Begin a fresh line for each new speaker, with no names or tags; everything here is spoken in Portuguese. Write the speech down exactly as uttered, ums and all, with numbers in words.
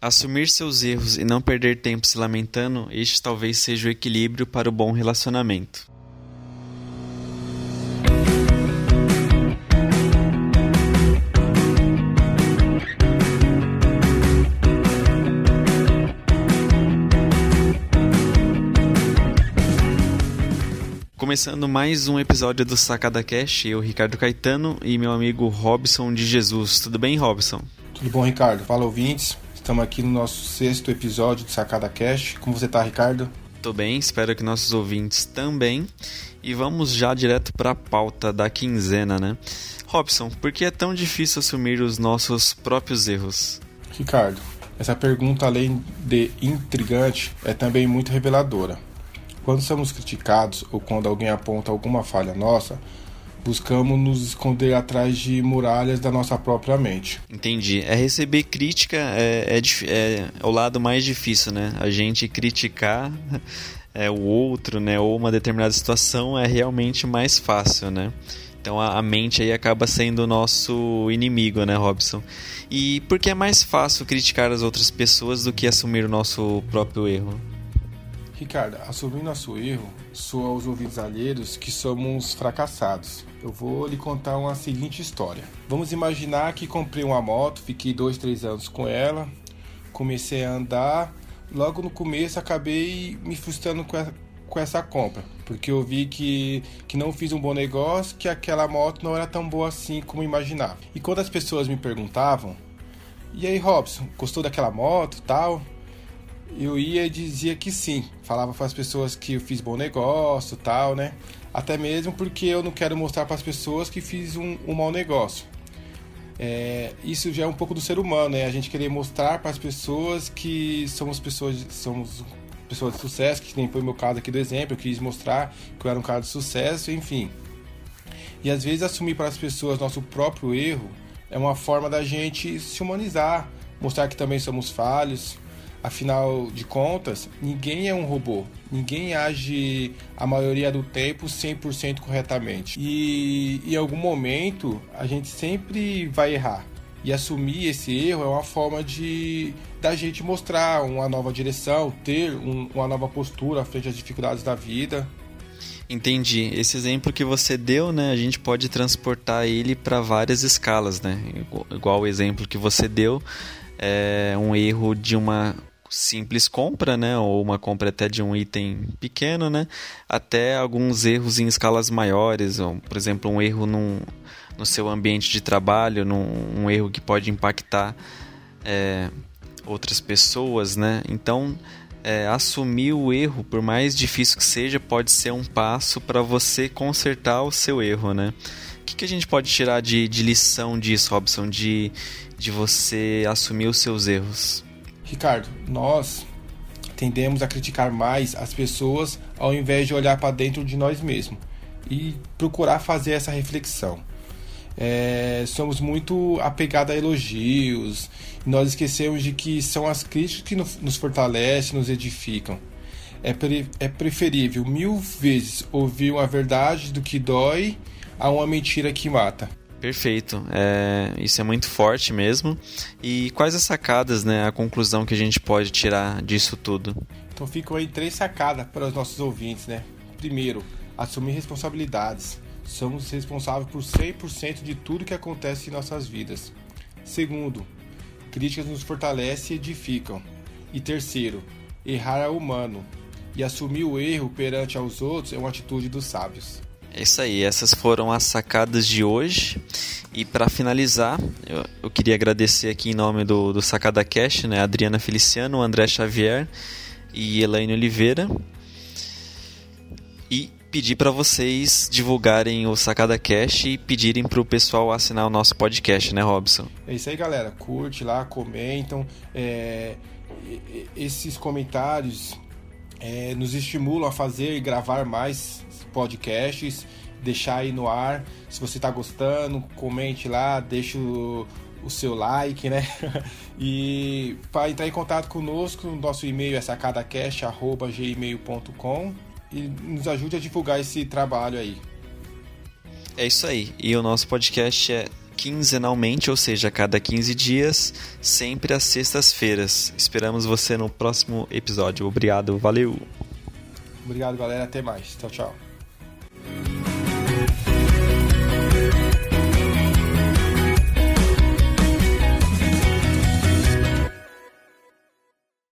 Assumir seus erros e não perder tempo se lamentando, este talvez seja o equilíbrio para o bom relacionamento. Começando mais um episódio do Sacada Cast, eu, Ricardo Caetano, e meu amigo Robson de Jesus. Tudo bem, Robson?
Tudo bom, Ricardo? Fala, ouvintes. Estamos aqui no nosso sexto episódio do Sacada Cast. Como você tá, Ricardo?
Tô bem, espero que nossos ouvintes também. E vamos já direto para a pauta da quinzena, né? Robson, por que é tão difícil assumir os nossos próprios erros?
Ricardo, essa pergunta, além de intrigante, é também muito reveladora. Quando somos criticados ou quando alguém aponta alguma falha nossa, buscamos nos esconder atrás de muralhas da nossa própria mente.
Entendi. É receber crítica é, é, é o lado mais difícil, né? A gente criticar é, o outro, né? Ou uma determinada situação é realmente mais fácil, né? Então a, a mente aí acaba sendo o nosso inimigo, né, Robson? E por que é mais fácil criticar as outras pessoas do que assumir o nosso próprio erro?
Ricardo, assumir nosso erro soa aos ouvidos alheios que somos fracassados. Eu vou lhe contar uma seguinte história. Vamos imaginar que comprei uma moto, fiquei dois, três anos com ela, comecei a andar, logo no começo acabei me frustrando com essa, com essa compra, porque eu vi que, que não fiz um bom negócio, que aquela moto não era tão boa assim como imaginava. E quando as pessoas me perguntavam, e aí, Robson, gostou daquela moto e tal? Eu ia e dizia que sim, falava para as pessoas que eu fiz bom negócio e tal, né? Até mesmo porque eu não quero mostrar para as pessoas que fiz um, um mau negócio. É, isso já é um pouco do ser humano, né? A gente querer mostrar para as pessoas que somos pessoas, somos pessoas de sucesso, que nem foi o meu caso aqui do exemplo, eu quis mostrar que eu era um cara de sucesso, enfim. E às vezes assumir para as pessoas nosso próprio erro é uma forma da gente se humanizar, mostrar que também somos falhos. Afinal de contas, ninguém é um robô, ninguém age a maioria do tempo cem por cento corretamente. E em algum momento a gente sempre vai errar. E assumir esse erro é uma forma de da gente mostrar uma nova direção, ter um, uma nova postura frente às dificuldades da vida.
Entendi. Esse exemplo que você deu, né, a gente pode transportar ele para várias escalas, né? Igual o exemplo que você deu, é um erro de uma simples compra, né, ou uma compra até de um item pequeno, né, até alguns erros em escalas maiores, ou, por exemplo, um erro num, no seu ambiente de trabalho, num, um erro que pode impactar é, outras pessoas, né. Então, é, assumir o erro, por mais difícil que seja, pode ser um passo para você consertar o seu erro, né. O que, que a gente pode tirar de, de lição disso, Robson, de, de você assumir os seus erros?
Ricardo, nós tendemos a criticar mais as pessoas ao invés de olhar para dentro de nós mesmos e procurar fazer essa reflexão. É, somos muito apegados a elogios e nós esquecemos de que são as críticas que nos fortalecem, nos edificam. É, pre, é preferível mil vezes ouvir uma verdade do que dói a uma mentira que mata.
Perfeito, é, isso é muito forte mesmo. E quais as sacadas, né, a conclusão que a gente pode tirar disso tudo?
Então ficam aí três sacadas para os nossos ouvintes, né? Primeiro, assumir responsabilidades. Somos responsáveis por cem por cento de tudo que acontece em nossas vidas. Segundo, críticas nos fortalecem e edificam. E terceiro, errar é humano. E assumir o erro perante aos outros é uma atitude dos sábios.
É isso aí, essas foram as sacadas de hoje. E para finalizar, eu, eu queria agradecer aqui em nome do, do Sacada Cast, né, a Adriana Feliciano, André Xavier e Elaine Oliveira. E pedir para vocês divulgarem o Sacada Cast e pedirem para o pessoal assinar o nosso podcast, né, Robson?
É isso aí, galera. Curte lá, comentam. É, esses comentários é, nos estimulam a fazer e gravar mais podcasts, deixar aí no ar. Se você está gostando, comente lá, deixa o, o seu like, né? E para entrar em contato conosco, nosso e-mail é sacadacast arroba gmail ponto com e nos ajude a divulgar esse trabalho aí.
É isso aí. E o nosso podcast é quinzenalmente, ou seja, a cada quinze dias, sempre às sextas-feiras. Esperamos você no próximo episódio. Obrigado, valeu!
Obrigado, galera. Até mais. Tchau, tchau.